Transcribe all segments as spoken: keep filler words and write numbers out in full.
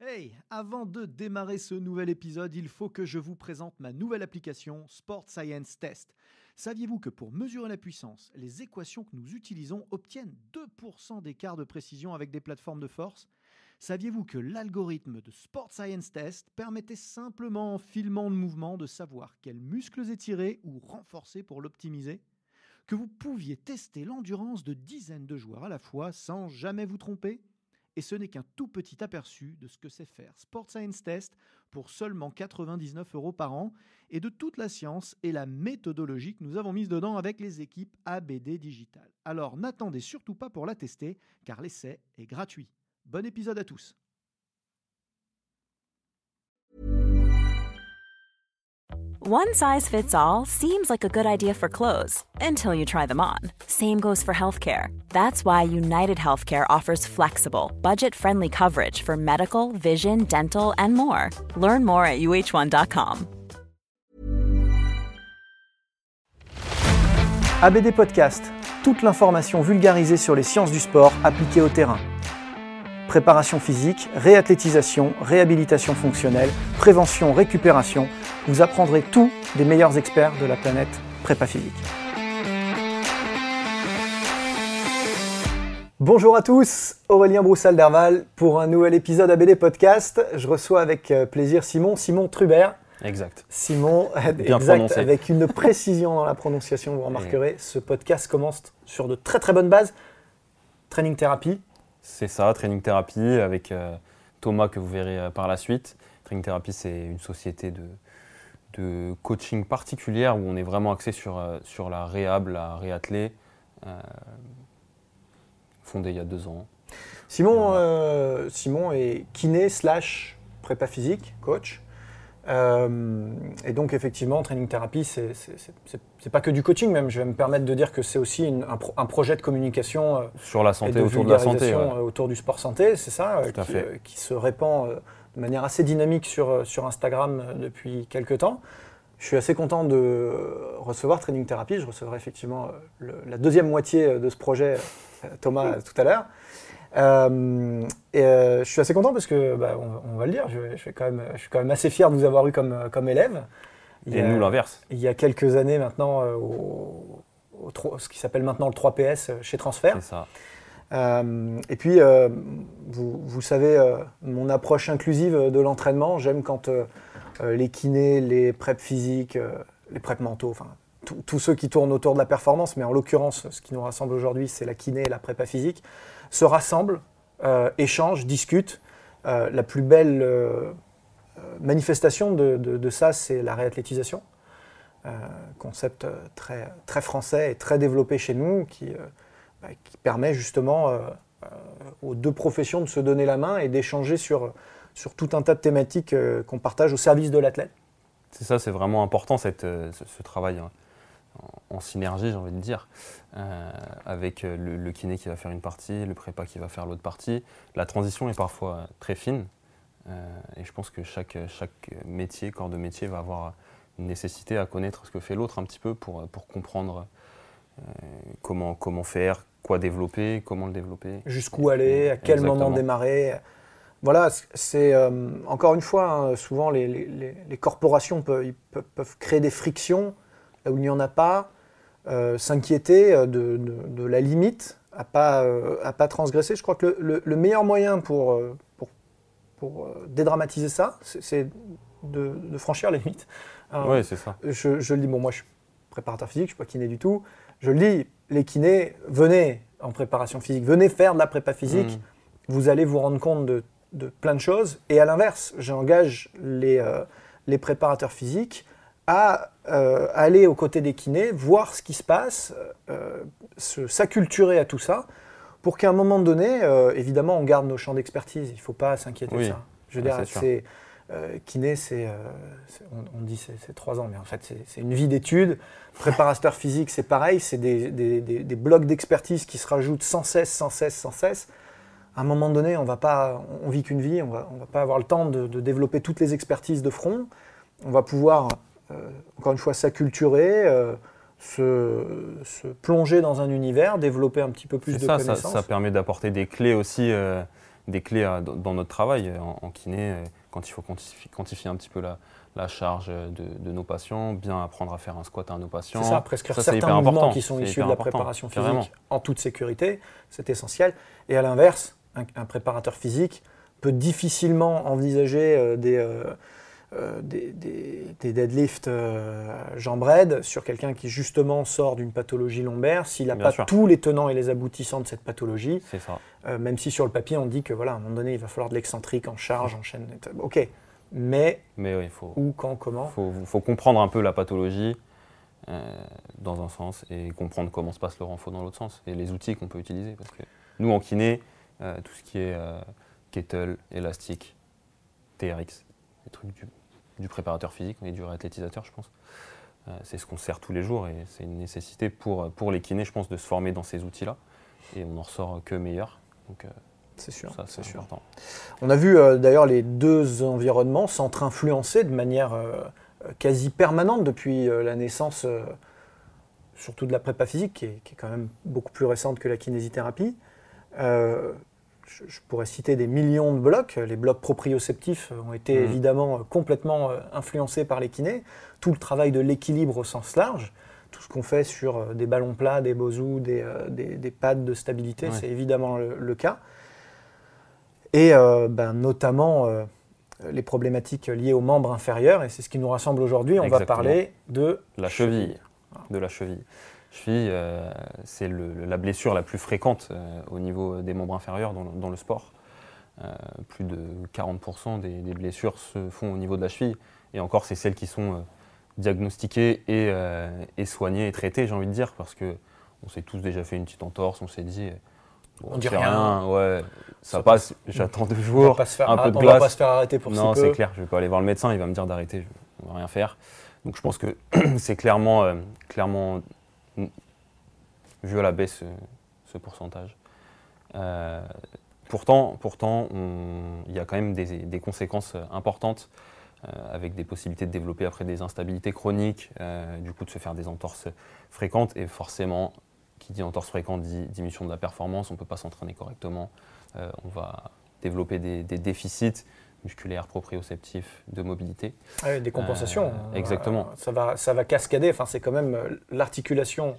Hey, avant de démarrer ce nouvel épisode, il faut que je vous présente ma nouvelle application Sport Science Test. Saviez-vous que pour mesurer la puissance, les équations que nous utilisons obtiennent deux pour cent d'écart de précision avec des plateformes de force ? Saviez-vous que l'algorithme de Sport Science Test permettait simplement en filmant le mouvement de savoir quels muscles étirer ou renforcer pour l'optimiser ? Que vous pouviez tester l'endurance de dizaines de joueurs à la fois sans jamais vous tromper ? Et ce n'est qu'un tout petit aperçu de ce que c'est faire Sport Science Test pour seulement quatre-vingt-dix-neuf euros par an et de toute la science et la méthodologie que nous avons mise dedans avec les équipes A B D Digital. Alors n'attendez surtout pas pour la tester car l'essai est gratuit. Bon épisode à tous. One size fits all seems like a good idea for clothes until you try them on. Same goes for healthcare. That's why United Healthcare offers flexible, budget-friendly coverage for medical, vision, dental, and more. Learn more at U H one dot com. A B D Podcast, toute l'information vulgarisée sur les sciences du sport appliquées au terrain. Préparation physique, réathlétisation, réhabilitation fonctionnelle, prévention, récupération, vous apprendrez tout des meilleurs experts de la planète prépa physique. Bonjour à tous, Aurélien Broussal-Derval pour un nouvel épisode A B D Podcast. Je reçois avec plaisir Simon, Simon Trubert. Exact. Simon, bien exact, prononcé. avec une précision dans la prononciation, vous remarquerez, Et... ce podcast commence sur de très très bonnes bases. Training thérapie. C'est ça, Training Therapy avec euh, Thomas que vous verrez euh, par la suite. Training Therapy, c'est une société de, de coaching particulière où on est vraiment axé sur, euh, sur la réhab, la réathlée, euh, fondée il y a deux ans. Simon, euh, Simon est kiné slash prépa physique, coach. Euh, et donc effectivement, Training Therapy, c'est, c'est, c'est, c'est pas que du coaching même. Je vais me permettre de dire que c'est aussi une, un, pro, un projet de communication euh, sur la santé, autour de la santé, ouais. autour du sport santé, c'est ça, euh, qui, euh, qui se répand euh, de manière assez dynamique sur, sur Instagram euh, depuis quelques temps. Je suis assez content de recevoir Training Therapy. Je recevrai effectivement euh, le, la deuxième moitié de ce projet, euh, Thomas, tout à l'heure. Euh, et euh, je suis assez content parce que, bah, on, on va le dire, je, je, vais quand même, je suis quand même assez fier de vous avoir eu comme, comme élève. Il et a, nous l'inverse. Il y a quelques années maintenant, euh, au, au, ce qui s'appelle maintenant le trois P S chez Transfert. C'est ça. Euh, et puis, euh, vous, vous savez, euh, mon approche inclusive de l'entraînement, j'aime quand euh, les kinés, les prep physiques, euh, les prep mentaux, enfin, tous ceux qui tournent autour de la performance, mais en l'occurrence, ce qui nous rassemble aujourd'hui, c'est la kiné et la prépa physique, se rassemblent, euh, échangent, discutent. Euh, la plus belle euh, manifestation de, de, de ça, c'est la réathlétisation. Euh, concept très, très français et très développé chez nous, qui, euh, bah, qui permet justement euh, euh, aux deux professions de se donner la main et d'échanger sur, sur tout un tas de thématiques euh, qu'on partage au service de l'athlète. C'est ça, c'est vraiment important cette, ce, ce travail hein, en, en synergie, j'ai envie de dire, euh, avec le, le kiné qui va faire une partie, le prépa qui va faire l'autre partie. La transition est parfois très fine euh, et je pense que chaque, chaque métier, corps de métier va avoir une nécessité à connaître ce que fait l'autre un petit peu pour, pour comprendre euh, comment, comment faire, quoi développer, comment le développer. Jusqu'où aller, à quel Exactement. moment démarrer. Voilà, c'est euh, encore une fois, hein, souvent les, les, les corporations peuvent, ils peuvent, peuvent créer des frictions là où il n'y en a pas, euh, s'inquiéter de, de, de la limite, à pas, euh, à pas transgresser. Je crois que le, le, le meilleur moyen pour, pour, pour dédramatiser ça, c'est, c'est de, de franchir les limites. Alors, oui, c'est ça. Je, je le dis, bon, moi je suis préparateur physique, je ne suis pas kiné du tout. Je le dis, les kinés, venez en préparation physique, venez faire de la prépa physique, mmh. Vous allez vous rendre compte de de plein de choses, et à l'inverse, j'engage les, euh, les préparateurs physiques à euh, aller aux côtés des kinés, voir ce qui se passe, euh, se, s'acculturer à tout ça, pour qu'à un moment donné, euh, évidemment, on garde nos champs d'expertise, il ne faut pas s'inquiéter oui. de ça. Je veux ouais, dire, c'est, c'est, euh, kiné, c'est, euh, c'est, on, on dit c'est, c'est trois ans, mais en fait, c'est, c'est une vie d'études. Préparateur physique, c'est pareil, c'est des, des, des, des blocs d'expertise qui se rajoutent sans cesse, sans cesse, sans cesse. À un moment donné, on va pas, on vit qu'une vie, on va, on va pas avoir le temps de, de développer toutes les expertises de front. On va pouvoir, euh, encore une fois, s'acculturer, euh, se, se plonger dans un univers, développer un petit peu plus c'est de ça, connaissances. Ça, ça permet d'apporter des clés aussi, euh, des clés à, dans notre travail en, en kiné, quand il faut quantifier, quantifier un petit peu la, la charge de, de nos patients, bien apprendre à faire un squat à nos patients. C'est ça, prescrire ça, certains mouvements important. qui sont C'est issus de la préparation physique carrément. en toute sécurité, c'est essentiel. Et à l'inverse, un, un préparateur physique peut difficilement envisager euh, des, euh, euh, des, des, des deadlifts euh, jambes raides sur quelqu'un qui justement sort d'une pathologie lombaire, s'il n'a pas sûr. tous les tenants et les aboutissants de cette pathologie, C'est ça. euh, même si sur le papier on dit que voilà, à un moment donné il va falloir de l'excentrique en charge, en chaîne, ok, mais, Mais oui, il faut, où, quand, comment faut, faut comprendre un peu la pathologie euh, dans un sens et comprendre comment se passe le renfort dans l'autre sens et les outils qu'on peut utiliser. Parce que nous en kiné, euh, tout ce qui est euh, kettle, élastique, T R X, les trucs du, du préparateur physique et du réathlétisateur, je pense. Euh, c'est ce qu'on sert tous les jours et c'est une nécessité pour, pour les kinés, je pense, de se former dans ces outils-là. Et on n'en ressort que meilleur. Donc, euh, c'est sûr, ça, c'est, c'est sûr. important. On a vu euh, d'ailleurs les deux environnements s'entre-influencer de manière euh, quasi permanente depuis euh, la naissance, euh, surtout de la prépa physique, qui est, qui est quand même beaucoup plus récente que la kinésithérapie. Euh, je, je pourrais citer des millions de blocs. Les blocs proprioceptifs ont été mmh. évidemment euh, complètement euh, influencés par les kinés. Tout le travail de l'équilibre au sens large, tout ce qu'on fait sur euh, des ballons plats, des bosu, des, euh, des, des pads de stabilité, ouais. c'est évidemment le, le cas. Et euh, ben, notamment euh, les problématiques liées aux membres inférieurs, et c'est ce qui nous rassemble aujourd'hui. On Exactement. va parler de la cheville. De la cheville. Cheville, euh, c'est le, la blessure la plus fréquente euh, au niveau des membres inférieurs dans le, dans le sport. Euh, plus de quarante pour cent des, des blessures se font au niveau de la cheville, et encore c'est celles qui sont euh, diagnostiquées et, euh, et soignées et traitées, j'ai envie de dire, parce qu'on s'est tous déjà fait une petite entorse, on s'est dit... Bon, on dit rien, rien, ouais, ça, ça passe, passe, j'attends deux jours, faire, un peu de on glace. On va pas se faire arrêter pour non, si peu. c'est clair, je vais pas aller voir le médecin, il va me dire d'arrêter, on va rien faire. Donc je pense que c'est clairement, euh, clairement vu à la baisse ce, ce pourcentage. Euh, pourtant, pourtant il y a quand même des, des conséquences importantes euh, avec des possibilités de développer après des instabilités chroniques, euh, du coup de se faire des entorses fréquentes et forcément, qui dit entorse fréquente dit diminution de la performance, on ne peut pas s'entraîner correctement, euh, on va développer des, des déficits musculaires, proprioceptifs, de mobilité. Ouais, des compensations. Euh, exactement. Euh, ça, va, ça va cascader, enfin, c'est quand même l'articulation,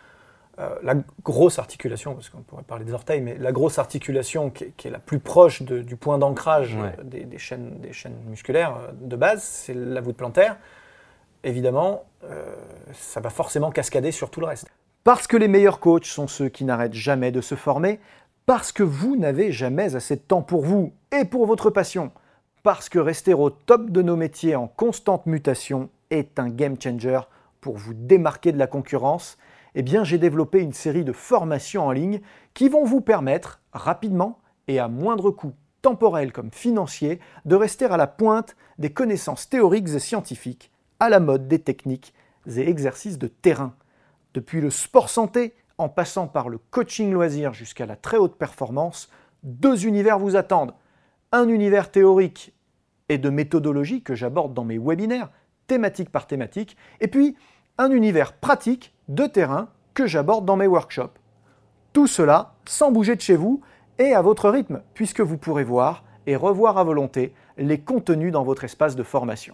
euh, la grosse articulation, parce qu'on pourrait parler des orteils, mais la grosse articulation qui est, qui est la plus proche de, du point d'ancrage ouais. des, des, chaînes, des chaînes musculaires de base, c'est la voûte plantaire. Évidemment, euh, ça va forcément cascader sur tout le reste. Parce que les meilleurs coachs sont ceux qui n'arrêtent jamais de se former, parce que vous n'avez jamais assez de temps pour vous et pour votre passion, parce que rester au top de nos métiers en constante mutation est un game changer pour vous démarquer de la concurrence, eh bien j'ai développé une série de formations en ligne qui vont vous permettre rapidement et à moindre coût temporel comme financier de rester à la pointe des connaissances théoriques et scientifiques à la mode des techniques et exercices de terrain. Depuis le sport santé, en passant par le coaching loisir jusqu'à la très haute performance, deux univers vous attendent. Un univers théorique et de méthodologie que j'aborde dans mes webinaires, thématique par thématique, et puis un univers pratique de terrain que j'aborde dans mes workshops. Tout cela sans bouger de chez vous et à votre rythme, puisque vous pourrez voir et revoir à volonté les contenus dans votre espace de formation.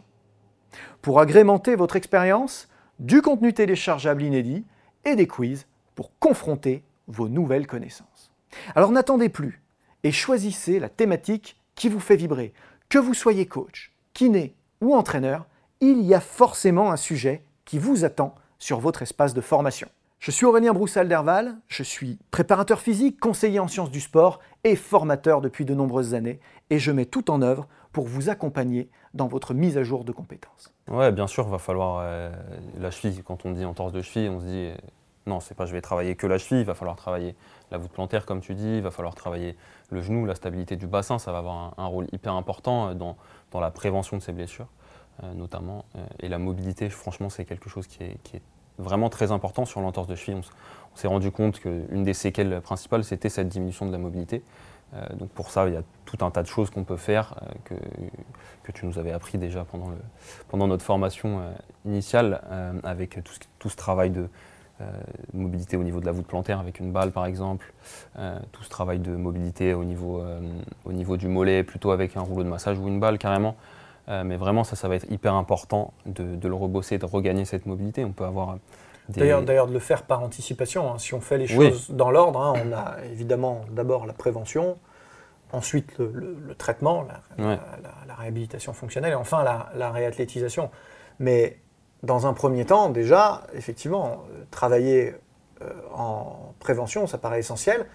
Pour agrémenter votre expérience, du contenu téléchargeable inédit et des quiz pour confronter vos nouvelles connaissances. Alors n'attendez plus et choisissez la thématique qui vous fait vibrer. Que vous soyez coach, kiné ou entraîneur, il y a forcément un sujet qui vous attend sur votre espace de formation. Je suis Aurélien Broussal-Derval, je suis préparateur physique, conseiller en sciences du sport et formateur depuis de nombreuses années et je mets tout en œuvre pour vous accompagner dans votre mise à jour de compétences. Ouais, bien sûr, il va falloir euh, la cheville. Quand on dit entorse de cheville, on se dit euh, non, c'est pas je vais travailler que la cheville, il va falloir travailler la voûte plantaire comme tu dis, il va falloir travailler le genou, la stabilité du bassin, ça va avoir un, un rôle hyper important dans, dans la prévention de ces blessures euh, notamment. Euh, et la mobilité, franchement, c'est quelque chose qui est, qui est vraiment très important sur l'entorse de cheville. On, on s'est rendu compte qu'une des séquelles principales, c'était cette diminution de la mobilité. Euh, donc pour ça, il y a tout un tas de choses qu'on peut faire euh, que, que tu nous avais appris déjà pendant, le, pendant notre formation euh, initiale euh, avec tout ce, tout ce travail de, euh, mobilité au niveau de la voûte plantaire avec une balle par exemple, euh, tout ce travail de mobilité au niveau, euh, au niveau du mollet, plutôt avec un rouleau de massage ou une balle carrément. Euh, mais vraiment, ça, ça va être hyper important de, de le rebosser, de regagner cette mobilité. On peut avoir des... D'ailleurs, d'ailleurs, de le faire par anticipation. Hein. Si on fait les choses oui. dans l'ordre, hein, on a évidemment d'abord la prévention, ensuite le, le, le traitement, la, ouais. la, la, la réhabilitation fonctionnelle et enfin la, la réathlétisation. Mais dans un premier temps, déjà, effectivement, travailler euh, en prévention, ça paraît essentiel.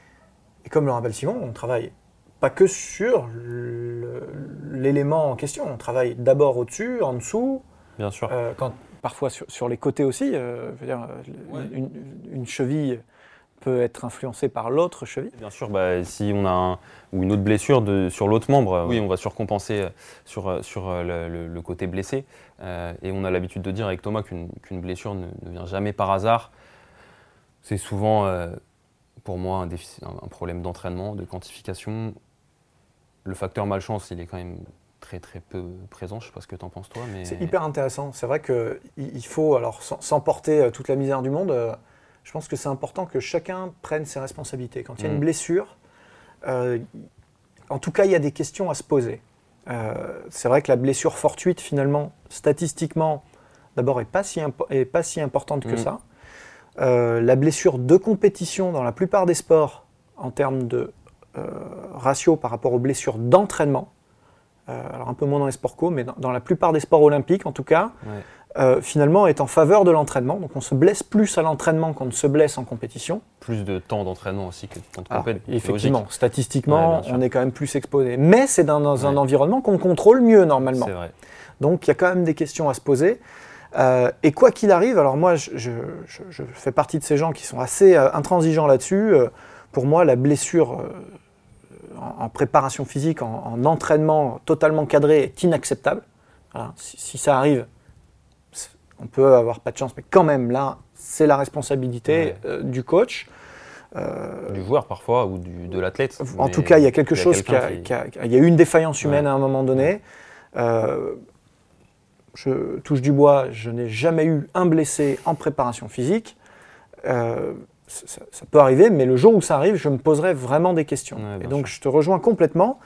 Et comme le rappelle Simon, on travaille pas que sur le, l'élément en question. On travaille d'abord au-dessus, en dessous. Bien sûr. Euh, quand, parfois sur, sur les côtés aussi. Euh, je veux dire, ouais. une, une cheville peut être influencée par l'autre cheville. Bien sûr, bah, si on a un, ou une autre blessure de, sur l'autre membre, oui, on va surcompenser sur, sur le, le, le côté blessé. Euh, et on a l'habitude de dire avec Thomas qu'une, qu'une blessure ne, ne vient jamais par hasard. C'est souvent, euh, pour moi, un, déficit, un problème d'entraînement, de quantification. Le facteur malchance, il est quand même très très peu présent. Je ne sais pas ce que tu en penses toi. Mais... C'est hyper intéressant. C'est vrai qu'il faut, alors sans, sans porter toute la misère du monde, euh, je pense que c'est important que chacun prenne ses responsabilités. Quand il y a mmh. une blessure, euh, en tout cas, il y a des questions à se poser. Euh, c'est vrai que la blessure fortuite, finalement, statistiquement, d'abord, n'est pas si, impo- est pas si importante mmh. que ça. Euh, la blessure de compétition, dans la plupart des sports, en termes de Euh, ratio par rapport aux blessures d'entraînement, euh, alors un peu moins dans les sports co, mais dans, dans la plupart des sports olympiques en tout cas, ouais. euh, finalement est en faveur de l'entraînement. Donc on se blesse plus à l'entraînement qu'on ne se blesse en compétition. Plus de temps d'entraînement aussi que de temps de alors, compétition. Effectivement, statistiquement, ouais, on est quand même plus exposé. Mais c'est dans, dans ouais. un environnement qu'on contrôle mieux normalement. C'est vrai. Donc il y a quand même des questions à se poser. Euh, et quoi qu'il arrive, alors moi je, je, je, je fais partie de ces gens qui sont assez euh, intransigeants là-dessus. Euh, pour moi, la blessure euh, en, en préparation physique, en, en entraînement totalement cadré est inacceptable. Voilà. Si, si ça arrive, on peut avoir pas de chance, mais quand même là, c'est la responsabilité ouais. euh, du coach. Euh, du joueur parfois ou du, de l'athlète. En tout cas, il y a quelque il y a chose qui a, qui... Qui a, qui a, il y a eu une défaillance humaine ouais. à un moment donné. Euh, je touche du bois, je n'ai jamais eu un blessé en préparation physique. Euh, ça, ça peut arriver, mais le jour où ça arrive, je me poserai vraiment des questions. Ouais, et donc, sûr. je te rejoins complètement.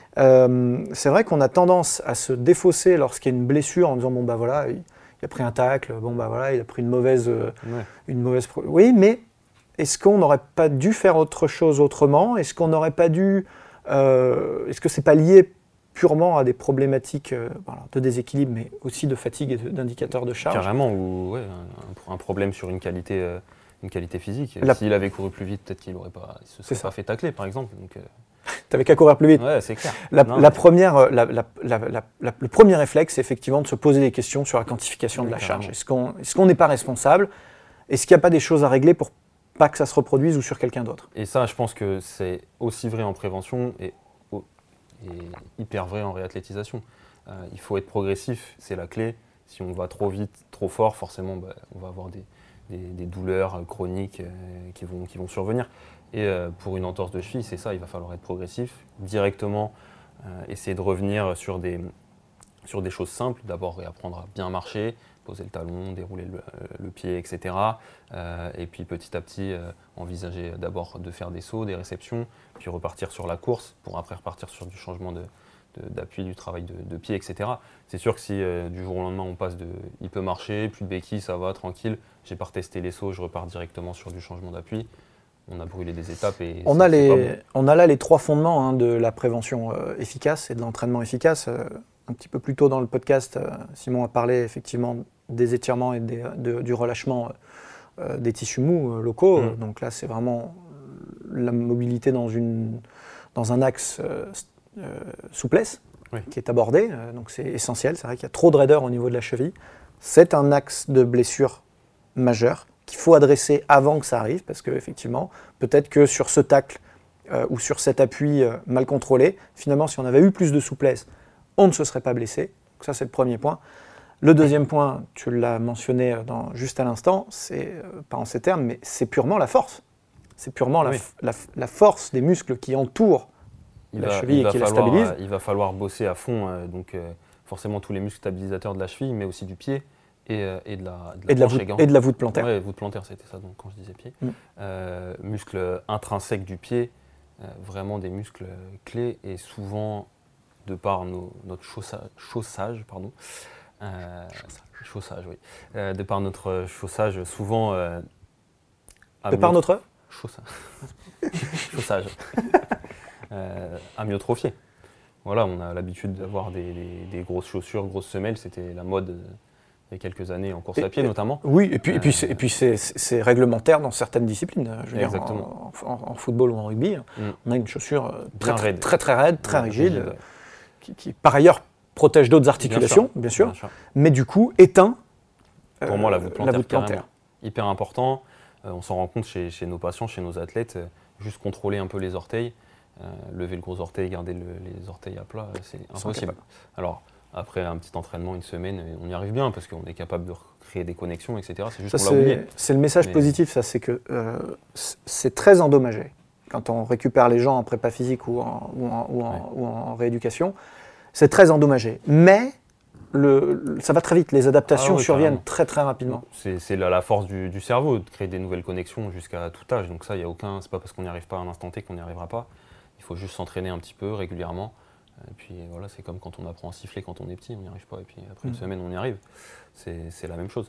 Euh, c'est vrai qu'on a tendance à se défausser lorsqu'il y a une blessure en disant bon bah voilà, il, il a pris un tacle, bon bah voilà, il a pris une mauvaise, euh, ouais. une mauvaise. Pro- oui, mais est-ce qu'on n'aurait pas dû faire autre chose autrement ? Est-ce qu'on n'aurait pas dû euh, Est-ce que c'est pas lié purement à des problématiques euh, voilà, de déséquilibre, mais aussi de fatigue et de, d'indicateurs de charge ? Carrément, ou ouais, un, un problème sur une qualité, euh, une qualité physique. La... S'il avait couru plus vite, peut-être qu'il n'aurait pas, il se serait pas fait tacler, par exemple. Donc, euh... T'avais qu'à courir plus vite. Ouais, c'est clair. La, non, la mais... première, la, la, la, la, la, le premier réflexe, c'est effectivement de se poser des questions sur la quantification oui, de la carrément. charge. Est-ce qu'on est-ce qu'on n'est pas responsable ? Est-ce qu'il n'y a pas des choses à régler pour pas que ça se reproduise ou sur quelqu'un d'autre ? Et ça, je pense que c'est aussi vrai en prévention et, et hyper vrai en réathlétisation. Euh, il faut être progressif, c'est la clé. Si on va trop vite, trop fort, forcément, bah, on va avoir des, des, des douleurs chroniques euh, qui, vont, qui vont survenir. Et euh, pour une entorse de cheville, c'est ça, il va falloir être progressif, directement euh, essayer de revenir sur des, sur des choses simples. D'abord, réapprendre à bien marcher, poser le talon, dérouler le, le pied, et cetera. Euh, et puis petit à petit, euh, envisager d'abord de faire des sauts, des réceptions, puis repartir sur la course, pour après repartir sur du changement de, de, d'appui, du travail de, de pied, et cetera. C'est sûr que si euh, du jour au lendemain, on passe de « il peut marcher, plus de béquilles, ça va, tranquille, j'ai pas retesté les sauts, je repars directement sur du changement d'appui », on a brûlé des étapes et on a, les, bon. on a là les trois fondements hein, de la prévention euh, efficace et de l'entraînement efficace. Euh, un petit peu plus tôt dans le podcast, euh, Simon a parlé effectivement des étirements et des, de, du relâchement euh, des tissus mous euh, locaux. Mmh. Donc là, c'est vraiment la mobilité dans, une, dans un axe euh, euh, souplesse oui. qui est abordé. Euh, donc c'est essentiel. C'est vrai qu'il y a trop de raideur au niveau de la cheville. C'est un axe de blessure majeur qu'il faut adresser avant que ça arrive, parce qu'effectivement, peut-être que sur ce tacle euh, ou sur cet appui euh, mal contrôlé, finalement, si on avait eu plus de souplesse, on ne se serait pas blessé. Donc ça, c'est le premier point. Le deuxième point, tu l'as mentionné dans, juste à l'instant, c'est, euh, pas en ces termes, mais c'est purement la force. C'est purement oui. la, la, la force des muscles qui entourent il la va, cheville et qui falloir, la stabilisent. Il va falloir bosser à fond, euh, donc euh, forcément tous les muscles stabilisateurs de la cheville, mais aussi du pied. et, euh, et de la, de la et, de la planche voûte, et gants. et de la voûte plantaire. Ouais, voûte plantaire, c'était ça donc, quand je disais pied. Mm. Euh, muscles intrinsèques du pied, euh, vraiment des muscles clés et souvent, de par nos, notre chaussa, chaussage, pardon, euh, chaussage, oui, euh, de par notre chaussage, souvent... Euh, de par notre chaussage, chaussage. euh, amyotrophié. Voilà, on a l'habitude d'avoir des, des, des grosses chaussures, grosses semelles, c'était la mode euh, il y a quelques années en course et, à pied notamment. Oui, et puis, euh, et puis, c'est, et puis c'est, c'est réglementaire dans certaines disciplines. Je veux exactement. Dire, en, en, en football ou en rugby, mm. on a une chaussure très, très, très, très raide, très ouais, rigide, rigide. Qui, qui par ailleurs protège d'autres articulations, bien sûr, bien sûr, bien sûr. Mais du coup éteint euh, Pour moi, la voûte plantaire, la voûte plantaire. Hyper important. Euh, on s'en rend compte chez, chez nos patients, chez nos athlètes, euh, juste contrôler un peu les orteils, euh, lever le gros orteil, garder le, les orteils à plat, euh, c'est impossible. Alors, après un petit entraînement, une semaine, on y arrive bien parce qu'on est capable de créer des connexions, et cetera. C'est juste ça, qu'on l'a oublié. C'est le message Mais... positif, ça, c'est que euh, c'est très endommagé. Quand on récupère les gens en prépa physique ou en, ou en, ou en, ouais. ou en rééducation, c'est très endommagé. Mais Le, ça va très vite, les adaptations ah oui, surviennent carrément. très très rapidement. C'est la, la force du, du cerveau de créer des nouvelles connexions jusqu'à tout âge. Donc ça, il y a aucun, c'est pas parce qu'on n'y arrive pas à un instant T qu'on n'y arrivera pas. Il faut juste s'entraîner un petit peu régulièrement. Et puis voilà, c'est comme quand on apprend à siffler quand on est petit, on n'y arrive pas. Et puis après une mmh. semaine, on y arrive. C'est la même chose.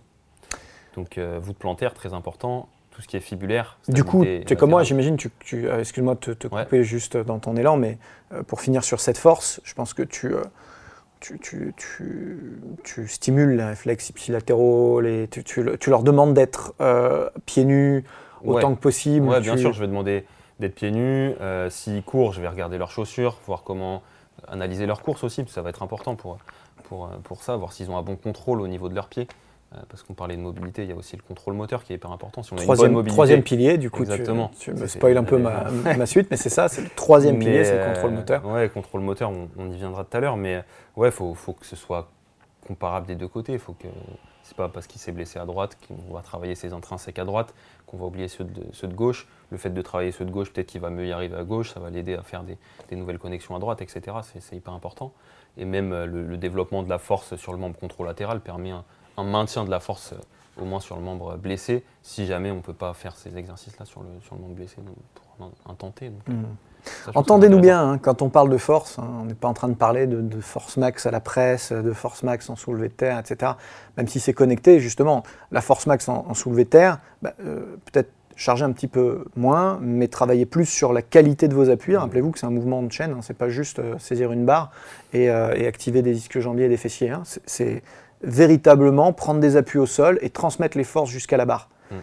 Donc euh, voûte plantaire, très important. Tout ce qui est fibulaire. Du coup, tu es comme moi, j'imagine, tu, tu, euh, excuse-moi de te, te couper ouais. juste dans ton élan, mais euh, pour finir sur cette force, je pense que tu... Euh, Tu, tu, tu, tu stimules les réflexes ipsilatéraux, les, tu, tu, tu leur demandes d'être euh, pieds nus autant ouais. que possible. Oui, tu... bien sûr, je vais demander d'être pieds nus. Euh, S'ils courent, je vais regarder leurs chaussures, voir comment analyser leur course aussi, parce que ça va être important pour, pour, pour ça, voir s'ils ont un bon contrôle au niveau de leurs pieds. Euh, parce qu'on parlait de mobilité, il y a aussi le contrôle moteur qui est hyper important. Si on a troisième, une bonne mobilité, troisième pilier, du coup, exactement. tu, tu me spoil un peu ma, ma suite, mais c'est ça, c'est le troisième mais pilier, c'est le contrôle moteur. Oui, contrôle moteur, on, on y viendra tout à l'heure, mais ouais, il faut, faut que ce soit comparable des deux côtés. Faut que c'est pas parce qu'il s'est blessé à droite qu'on va travailler ses intrinsèques à droite, qu'on va oublier ceux de, ceux de gauche. Le fait de travailler ceux de gauche, peut-être qu'il va mieux y arriver à gauche, ça va l'aider à faire des, des nouvelles connexions à droite, et cetera. C'est hyper important. Et même le, le développement de la force sur le membre contralatéral permet un, un maintien de la force au moins sur le membre blessé, si jamais on ne peut pas faire ces exercices-là sur le, sur le membre blessé donc pour un, un tenter. Mmh. Entendez-nous bien, hein, quand on parle de force, hein, on n'est pas en train de parler de, de force max à la presse, de force max en soulevé de terre, et cetera. Même si c'est connecté, justement, la force max en, en soulevé de terre, bah, euh, peut-être charger un petit peu moins, mais travailler plus sur la qualité de vos appuis. Mmh. Rappelez-vous que c'est un mouvement de chaîne, hein, c'est pas juste euh, saisir une barre et, euh, et activer des ischio-jambiers et des fessiers. Hein, c'est véritablement prendre des appuis au sol et transmettre les forces jusqu'à la barre. Mmh.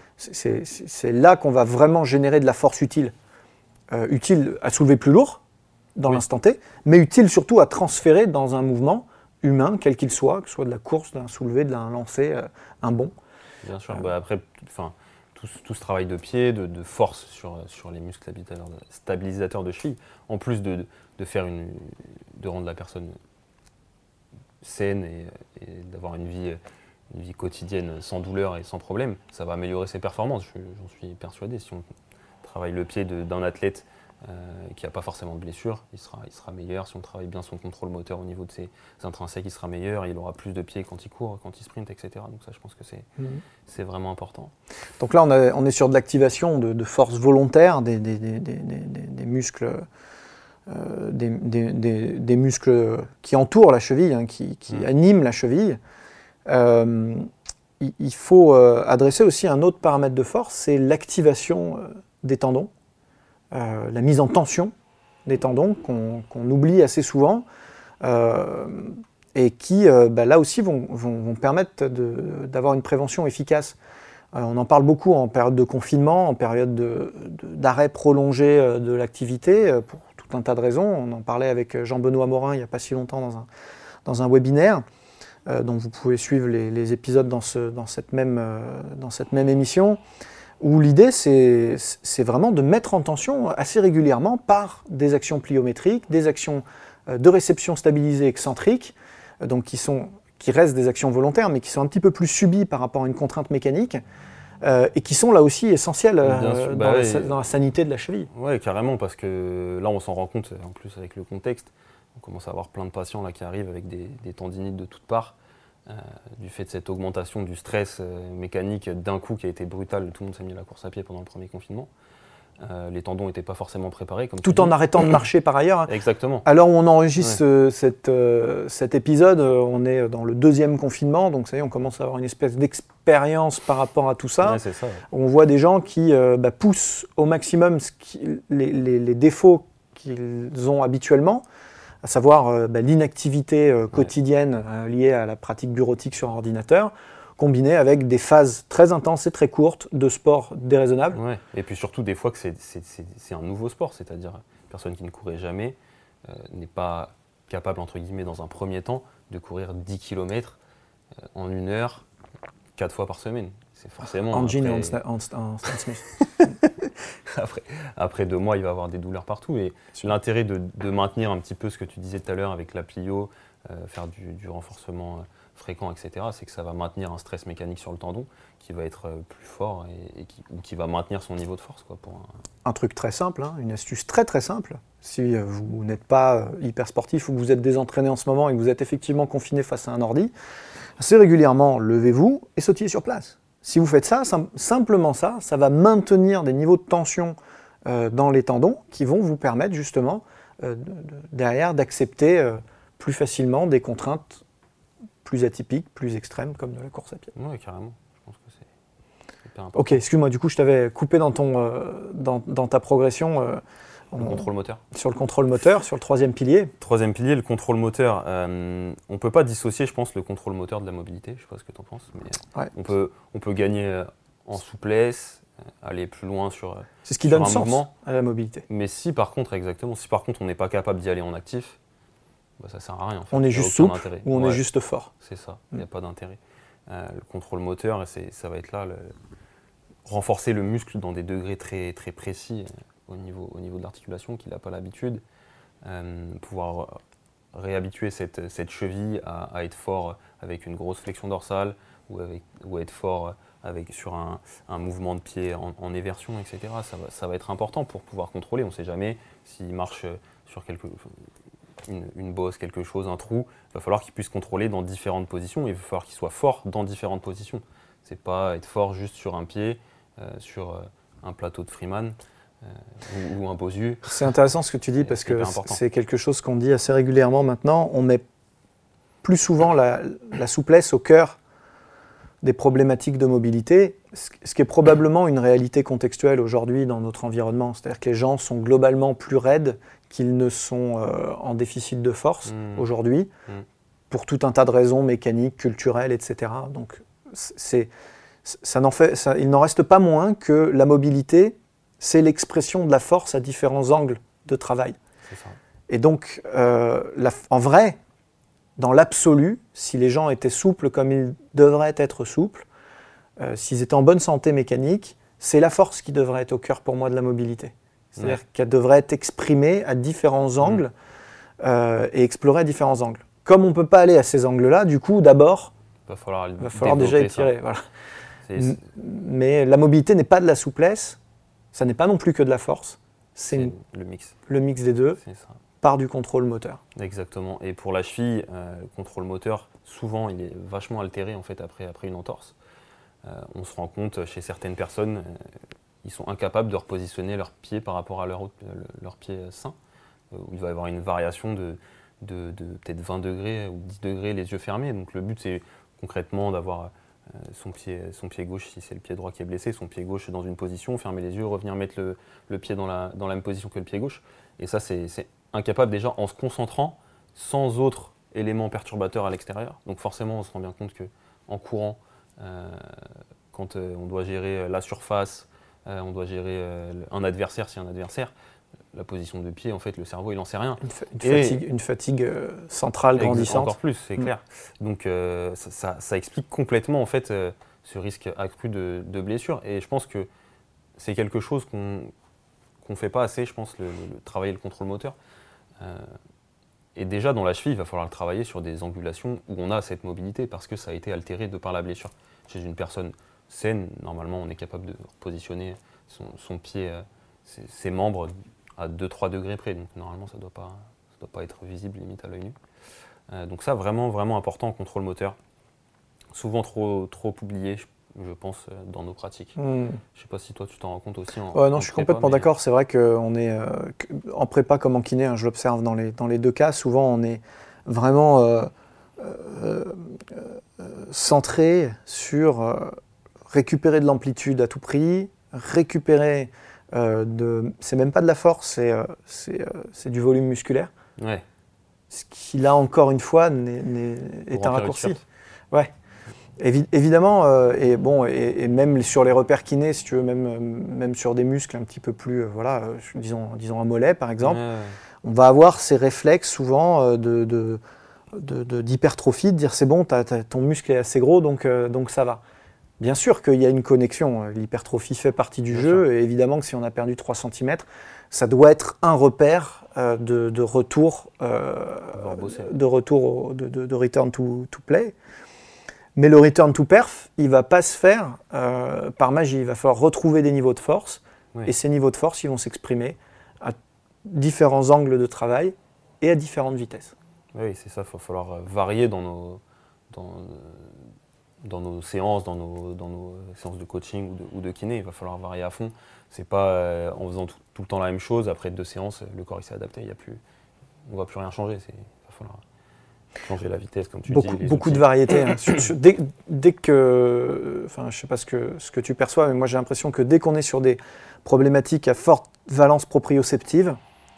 C'est là qu'on va vraiment générer de la force utile. Euh, utile à soulever plus lourd dans oui. l'instant T, mais utile surtout à transférer dans un mouvement humain, quel qu'il soit, que ce soit de la course, d'un soulevé, d'un lancer, euh, un bond. Bien sûr, euh, bah après, tout, tout ce travail de pied, de, de force sur, sur les muscles stabilisateurs de, stabilisateurs de cheville, en plus de, de, faire une, de rendre la personne saine et, et d'avoir une vie, une vie quotidienne sans douleur et sans problème, ça va améliorer ses performances, j'en suis persuadé. Si on travaille le pied d'un athlète euh, qui n'a pas forcément de blessure, il sera, il sera meilleur. Si on travaille bien son contrôle moteur au niveau de ses intrinsèques, il sera meilleur, il aura plus de pieds quand il court, quand il sprint, et cetera. Donc ça, je pense que c'est mmh. vraiment important. Donc là, on, a, on est sur de l'activation de, de force volontaire des, des, des, des, des, des muscles Euh, des, des, des, des muscles qui entourent la cheville, hein, qui, qui mmh. animent la cheville. Euh, il, il faut euh, adresser aussi un autre paramètre de force, c'est l'activation euh, des tendons, euh, la mise en tension des tendons qu'on qu'on oublie assez souvent euh, et qui, euh, bah, là aussi, vont, vont, vont permettre d'avoir une prévention efficace. Euh, on en parle beaucoup en période de confinement, en période d'arrêt prolongé euh, de l'activité, euh, pour un tas de raisons. On en parlait avec Jean-Benoît Morin il n'y a pas si longtemps dans un, dans un webinaire, euh, dont vous pouvez suivre les, les épisodes dans, ce, dans, cette même, euh, dans cette même émission, où l'idée c'est vraiment de mettre en tension assez régulièrement par des actions pliométriques, des actions de réception stabilisée excentrique, euh, donc qui, sont, qui restent des actions volontaires, mais qui sont un petit peu plus subies par rapport à une contrainte mécanique, Euh, et qui sont là aussi essentiels euh, sûr, bah dans, ouais, la, dans la sanité de la cheville. Oui, carrément, parce que là, on s'en rend compte, en plus avec le contexte, on commence à avoir plein de patients là, qui arrivent avec des, des tendinites de toutes parts. euh, du fait de cette augmentation du stress euh, mécanique d'un coup qui a été brutal. Tout le monde s'est mis à la course à pied pendant le premier confinement. Euh, les tendons n'étaient pas forcément préparés. Comme Tout en dis. arrêtant de marcher par ailleurs. Exactement. Alors où on enregistre ouais. euh, cette, euh, cet épisode, euh, on est dans le deuxième confinement, donc ça y est, on commence à avoir une espèce d'expérience par rapport à tout ça. Ouais, c'est ça ouais. On voit des gens qui euh, bah, poussent au maximum ce qui, les, les, les défauts qu'ils ont habituellement, à savoir euh, bah, l'inactivité euh, quotidienne ouais. euh, liée à la pratique bureautique sur ordinateur, combiné avec des phases très intenses et très courtes de sport déraisonnable. Ouais. Et puis surtout des fois que c'est, c'est, c'est, c'est un nouveau sport, c'est-à-dire une personne qui ne courait jamais euh, n'est pas capable, entre guillemets, dans un premier temps, de courir dix kilomètres euh, en une heure, quatre fois par semaine. C'est forcément... En jean et en Stan Smith. après, après deux mois, il va avoir des douleurs partout. Et l'intérêt de, de maintenir un petit peu ce que tu disais tout à l'heure avec la plio, euh, faire du, du renforcement... Euh, fréquent, et cetera, c'est que ça va maintenir un stress mécanique sur le tendon qui va être plus fort et, et qui, ou qui va maintenir son niveau de force. Quoi, pour un... un truc très simple, hein, une astuce très très simple. Si vous n'êtes pas hyper sportif ou que vous êtes désentraîné en ce moment et que vous êtes effectivement confiné face à un ordi, assez régulièrement, levez-vous et sautillez sur place. Si vous faites ça, sim- simplement ça, ça va maintenir des niveaux de tension euh, dans les tendons qui vont vous permettre justement euh, de, de, derrière d'accepter euh, plus facilement des contraintes plus atypiques, plus extrêmes, comme de la course à pied. Oui, carrément. Je pense que c'est hyper important. Ok, excuse-moi, du coup, je t'avais coupé dans, ton, euh, dans, dans ta progression. Euh, le on, contrôle moteur. Sur le contrôle moteur, sur le troisième pilier. Troisième pilier, le contrôle moteur. Euh, on ne peut pas dissocier, je pense, le contrôle moteur de la mobilité. Je ne sais pas ce que tu en penses, mais ouais. on, peut, on peut gagner en souplesse, aller plus loin sur C'est ce qui sur donne un sens mouvement. à la mobilité. Mais si, par contre, exactement, si par contre on n'est pas capable d'y aller en actif, bah, ça ne sert à rien. En fait. On est juste souple intérêt. ou on ouais, est juste fort. C'est ça, il n'y a mm. pas d'intérêt. Euh, le contrôle moteur, c'est, ça va être là, le, renforcer le muscle dans des degrés très, très précis euh, au, niveau, au niveau de l'articulation qu'il n'a pas l'habitude. Euh, pouvoir réhabituer cette, cette cheville à, à être fort avec une grosse flexion dorsale ou, avec, ou être fort avec, sur un, un mouvement de pied en, en éversion, et cetera. Ça va, ça va être important pour pouvoir contrôler. On ne sait jamais s'il marche sur quelque Une, une bosse, quelque chose, un trou, il va falloir qu'il puisse contrôler dans différentes positions, il va falloir qu'il soit fort dans différentes positions. C'est pas être fort juste sur un pied, euh, sur euh, un plateau de Freeman euh, ou, ou un Bosu. C'est intéressant ce que tu dis parce que c'est quelque chose qu'on dit assez régulièrement maintenant. On met plus souvent la, la souplesse au cœur des problématiques de mobilité, ce qui est probablement une réalité contextuelle aujourd'hui dans notre environnement. C'est-à-dire que les gens sont globalement plus raides qu'ils ne sont euh, en déficit de force mmh. aujourd'hui, mmh. pour tout un tas de raisons mécaniques, culturelles, et cetera. Donc, c'est, ça n'en fait, ça, il n'en reste pas moins que la mobilité, c'est l'expression de la force à différents angles de travail. C'est ça. Et donc, euh, la, en vrai, dans l'absolu, si les gens étaient souples comme ils devraient être souples, euh, s'ils étaient en bonne santé mécanique, c'est la force qui devrait être au cœur pour moi de la mobilité. C'est-à-dire ouais. qu'elle devrait être exprimée à différents angles mmh. euh, et explorée à différents angles. Comme on ne peut pas aller à ces angles-là, du coup, d'abord, il va falloir, va falloir déjà étirer. Voilà. C'est, c'est... Mais la mobilité n'est pas de la souplesse, ça n'est pas non plus que de la force. C'est, c'est une... le mix. Le mix des deux, c'est ça. Par du contrôle moteur. Exactement. Et pour la cheville, euh, le contrôle moteur, souvent, il est vachement altéré en fait, après, après une entorse. Euh, on se rend compte chez certaines personnes, euh, ils sont incapables de repositionner leurs pieds par rapport à leur, leur pied sain, euh, où il va y avoir une variation de, de, de peut-être vingt degrés ou dix degrés les yeux fermés. Donc le but, c'est concrètement d'avoir euh, son, pied, son pied gauche, si c'est le pied droit qui est blessé, son pied gauche dans une position, fermer les yeux, revenir mettre le, le pied dans la, dans la même position que le pied gauche. Et ça, c'est, c'est incapable déjà en se concentrant sans autres éléments perturbateurs à l'extérieur. Donc forcément, on se rend bien compte qu'en courant, euh, quand euh, on doit gérer la surface, euh, on doit gérer euh, un adversaire, si un adversaire, la position de pied, en fait, le cerveau, il n'en sait rien. Une, fa- une fatigue, une fatigue euh, centrale grandissante. Encore plus, c'est mmh. clair. Donc euh, ça, ça, ça explique complètement en fait, euh, ce risque accru de, de blessure. Et je pense que c'est quelque chose qu'on qu'on ne fait pas assez, je pense, le, le, travailler le contrôle moteur. Euh, et déjà, dans la cheville, il va falloir le travailler sur des angulations où on a cette mobilité parce que ça a été altéré de par la blessure. Chez une personne saine, normalement, on est capable de positionner son, son pied, euh, ses, ses membres à deux à trois degrés près. Donc, normalement, ça ne doit pas, ça doit pas être visible, limite à l'œil nu. Euh, donc ça, vraiment, vraiment important en contrôle moteur. souvent trop, trop oublié, je, je pense, dans nos pratiques. Mmh. Je sais pas si toi tu t'en rends compte aussi. En, ouais, non, en je suis prépa, complètement mais... d'accord. C'est vrai qu'on est euh, en prépa comme en kiné, hein, je l'observe dans les, dans les deux cas. Souvent, on est vraiment euh, euh, euh, centré sur euh, récupérer de l'amplitude à tout prix, récupérer euh, de. C'est même pas de la force, c'est, euh, c'est, euh, c'est du volume musculaire. Ouais. Ce qui, là encore une fois, n'est, n'est, est un raccourci. Ouais. Évi- évidemment, euh, et, bon, et, et même sur les repères kinés, si tu veux, même, même sur des muscles un petit peu plus, euh, voilà, euh, disons, disons un mollet par exemple, Ouais. on va avoir ces réflexes souvent euh, de, de, de, de, d'hypertrophie, de dire c'est bon, t'as, t'as, ton muscle est assez gros, donc, euh, donc ça va. Bien sûr qu'il y a une connexion, l'hypertrophie fait partie du Bien jeu, sûr. et évidemment que si on a perdu trois centimètres, ça doit être un repère euh, de, de retour, euh, de, retour au, de, de, de return to, to play. Mais le return to perf, il ne va pas se faire euh, par magie. Il va falloir retrouver des niveaux de force. Oui. Et ces niveaux de force, ils vont s'exprimer à différents angles de travail et à différentes vitesses. Oui, c'est ça. Il va falloir varier dans nos, dans, dans nos séances, dans nos, dans nos séances de coaching ou de, ou de kiné. Il va falloir varier à fond. C'est pas euh, en faisant tout, tout le temps la même chose. Après deux séances, le corps il s'est adapté. Il y a plus, on ne va plus rien changer. Il va falloir changer la vitesse, comme tu beaucoup, dis. Beaucoup outils. de variétés. Hein. sur, sur, dès, dès que, enfin, je ne sais pas ce que, ce que tu perçois, mais moi j'ai l'impression que dès qu'on est sur des problématiques à forte valence proprioceptive,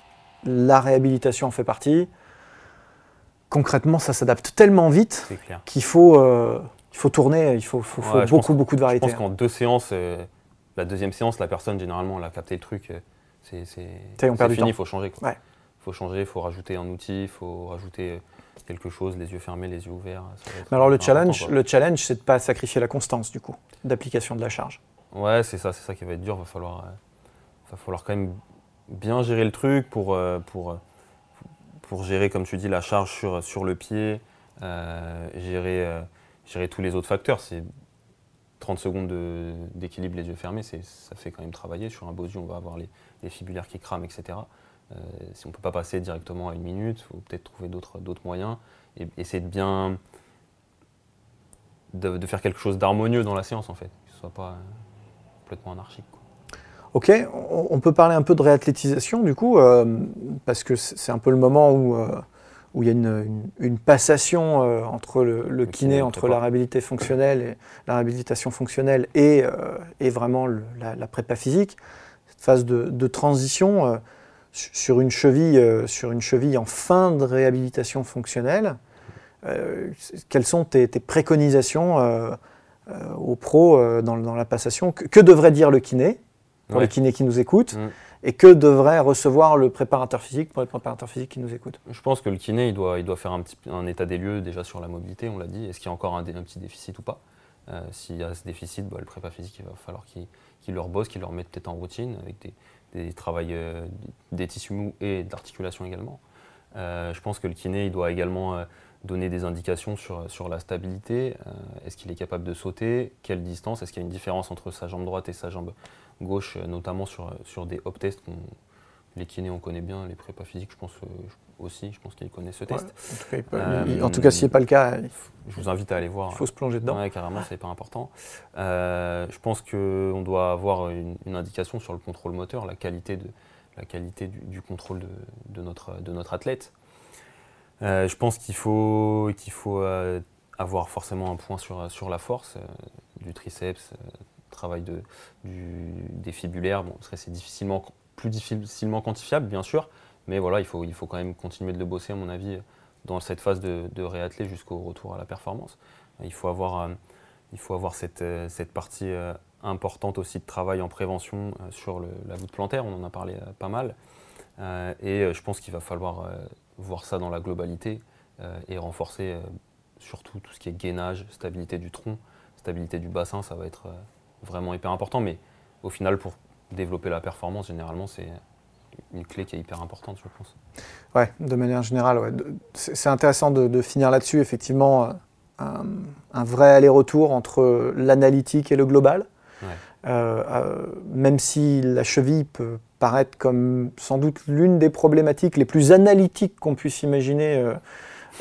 la réhabilitation en fait partie. Concrètement, ça s'adapte tellement vite qu'il faut, euh, il faut tourner, il faut, faut, ouais, faut beaucoup, beaucoup de variétés. Je pense qu'en deux séances, euh, la deuxième séance, la personne, généralement, elle a capté le truc. Euh, c'est, c'est, c'est, c'est fini, il faut changer. Il ouais. faut changer, il faut rajouter un outil, il faut rajouter quelque chose, les yeux fermés, les yeux ouverts. Mais alors le challenge, le challenge, c'est de ne pas sacrifier la constance, du coup, d'application de la charge. Ouais, c'est ça, c'est ça qui va être dur. Il va falloir, euh, va falloir quand même bien gérer le truc pour, euh, pour, pour gérer, comme tu dis, la charge sur, sur le pied, euh, gérer, euh, gérer tous les autres facteurs. C'est trente secondes de, d'équilibre les yeux fermés, c'est, ça fait quand même travailler. Sur un body, on va avoir les, les fibulaires qui crament, et cetera. Euh, si on ne peut pas passer directement à une minute, il faut peut-être trouver d'autres, d'autres moyens et essayer de bien de, de faire quelque chose d'harmonieux dans la séance en fait, que ce ne soit pas euh, complètement anarchique, quoi. Ok, on, on peut parler un peu de réathlétisation du coup, euh, parce que c'est un peu le moment où euh, où il y a une, une, une passation euh, entre le, le kiné, kiné entre la réhabilitation fonctionnelle et la réhabilitation fonctionnelle et, euh, et vraiment le, la, la prépa physique. Cette phase de, de transition euh, sur une cheville, euh, sur une cheville en fin de réhabilitation fonctionnelle. Euh, quelles sont tes, tes préconisations euh, euh, aux pros euh, dans, dans la passation? Que, que devrait dire le kiné pour ouais. les kinés qui nous écoutent? Mmh. Et que devrait recevoir le préparateur physique pour les préparateurs physiques qui nous écoutent? Je pense que le kiné, il doit, il doit faire un, petit, un état des lieux déjà sur la mobilité, on l'a dit. Est-ce qu'il y a encore un, un petit déficit ou pas? euh, S'il y a ce déficit, bah, le prépa physique, il va falloir qu'il, qu'il leur bosse, qu'il leur mette peut-être en routine avec des, des travails, euh, des tissus mous et de l'articulation également. Euh, je pense que le kiné, il doit également euh, donner des indications sur, sur la stabilité. Euh, est-ce qu'il est capable de sauter? Quelle distance? Est-ce qu'il y a une différence entre sa jambe droite et sa jambe gauche, notamment sur, sur des hop tests qu'on, les kinés on connaît bien, les prépas physiques je pense euh, aussi, je pense qu'ils connaissent ce test. Ouais, en tout cas, peut, euh, il, en tout cas si ce n'est pas le cas, il faut, je vous invite à aller voir. Il faut se plonger dedans. Ouais, carrément, c'est pas important. Euh, je pense qu'on doit avoir une, une indication sur le contrôle moteur, la qualité, de, la qualité du, du contrôle de, de, notre, de notre athlète. Euh, je pense qu'il faut, qu'il faut euh, avoir forcément un point sur, sur la force, euh, du triceps, euh, travail de, du, des fibulaires, bon, c'est difficilement, plus difficilement quantifiable bien sûr, mais voilà, il faut, il faut quand même continuer de le bosser à mon avis dans cette phase de, de réathlé jusqu'au retour à la performance. Il faut avoir, euh, il faut avoir cette, euh, cette partie euh, importante aussi de travail en prévention euh, sur le, la voûte plantaire, on en a parlé euh, pas mal, euh, et euh, je pense qu'il va falloir euh, voir ça dans la globalité euh, et renforcer euh, surtout tout ce qui est gainage, stabilité du tronc, stabilité du bassin, ça va être euh, vraiment hyper important, mais au final, pour développer la performance, généralement, c'est une clé qui est hyper importante, je pense. Ouais, de manière générale, ouais. C'est intéressant de, de finir là-dessus, effectivement, un, un vrai aller-retour entre l'analytique et le global. Ouais. Euh, euh, même si la cheville peut paraître comme sans doute l'une des problématiques les plus analytiques qu'on puisse imaginer euh,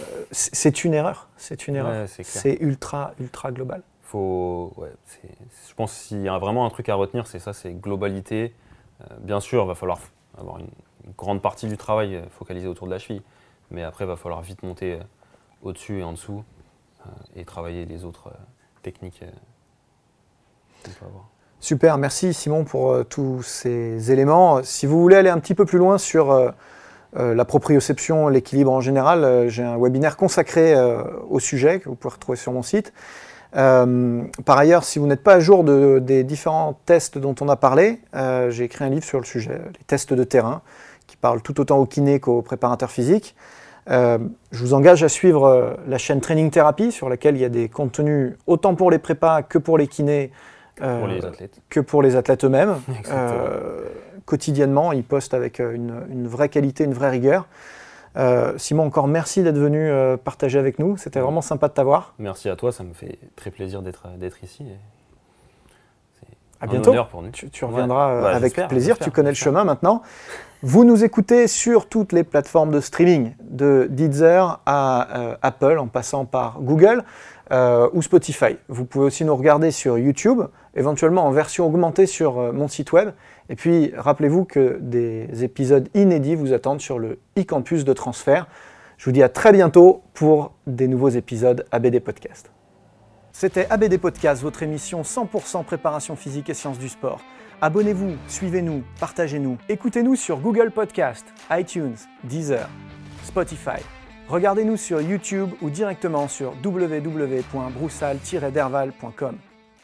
c'est une erreur. C'est une erreur. Ouais, c'est clair. C'est ultra, ultra global. Faut, ouais, c'est, je pense s'il y a vraiment un truc à retenir, c'est ça, c'est globalité. Euh, bien sûr, il va falloir avoir une, une grande partie du travail euh, focalisée autour de la cheville, mais après, il va falloir vite monter euh, au-dessus et en dessous euh, et travailler les autres euh, techniques euh, qu'on peut avoir. Super, merci Simon pour euh, tous ces éléments. Si vous voulez aller un petit peu plus loin sur euh, euh, la proprioception, l'équilibre en général, euh, j'ai un webinaire consacré euh, au sujet que vous pouvez retrouver sur mon site. Euh, par ailleurs, si vous n'êtes pas à jour de, des différents tests dont on a parlé, euh, j'ai écrit un livre sur le sujet, les tests de terrain, qui parlent tout autant aux kinés qu'aux préparateurs physiques. Euh, je vous engage à suivre euh, la chaîne Training Therapy, sur laquelle il y a des contenus autant pour les prépas que pour les kinés, euh, Pour les athlètes. que pour les athlètes eux-mêmes. Exactement. Euh, quotidiennement, ils postent avec une, une vraie qualité, une vraie rigueur. Euh, Simon, encore merci d'être venu euh, partager avec nous. C'était vraiment sympa de t'avoir. Merci à toi, ça me fait très plaisir d'être, d'être ici. Et c'est À un bientôt. honneur pour nous. Tu, tu reviendras Ouais. euh, Bah, avec j'espère, plaisir. j'espère, Tu connais j'espère. le chemin maintenant. Vous nous écoutez sur toutes les plateformes de streaming, de Deezer à euh, Apple, en passant par Google euh, ou Spotify. Vous pouvez aussi nous regarder sur YouTube, éventuellement en version augmentée sur euh, mon site web. Et puis, rappelez-vous que des épisodes inédits vous attendent sur le e-campus de transfert. Je vous dis à très bientôt pour des nouveaux épisodes A B D Podcast. C'était A B D Podcast, votre émission cent pour cent préparation physique et sciences du sport. Abonnez-vous, suivez-nous, partagez-nous. Écoutez-nous sur Google Podcast, iTunes, Deezer, Spotify. Regardez-nous sur YouTube ou directement sur w w w point broussal tiret derval point com.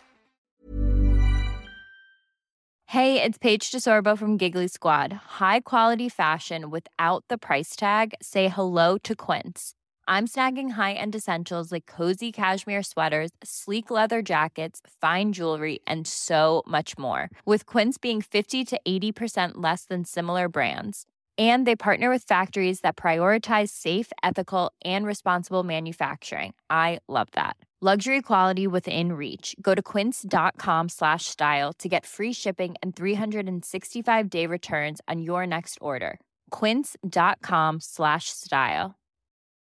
Hey, it's Paige DeSorbo from Giggly Squad. High quality fashion without the price tag. Say hello to Quince. I'm snagging high-end essentials like cozy cashmere sweaters, sleek leather jackets, fine jewelry, and so much more. With Quince being fifty to eighty percent less than similar brands. And they partner with factories that prioritize safe, ethical, and responsible manufacturing. I love that. Luxury quality within reach. Go to quince.com slash style to get free shipping and three sixty-five day returns on your next order. Quince.com slash style.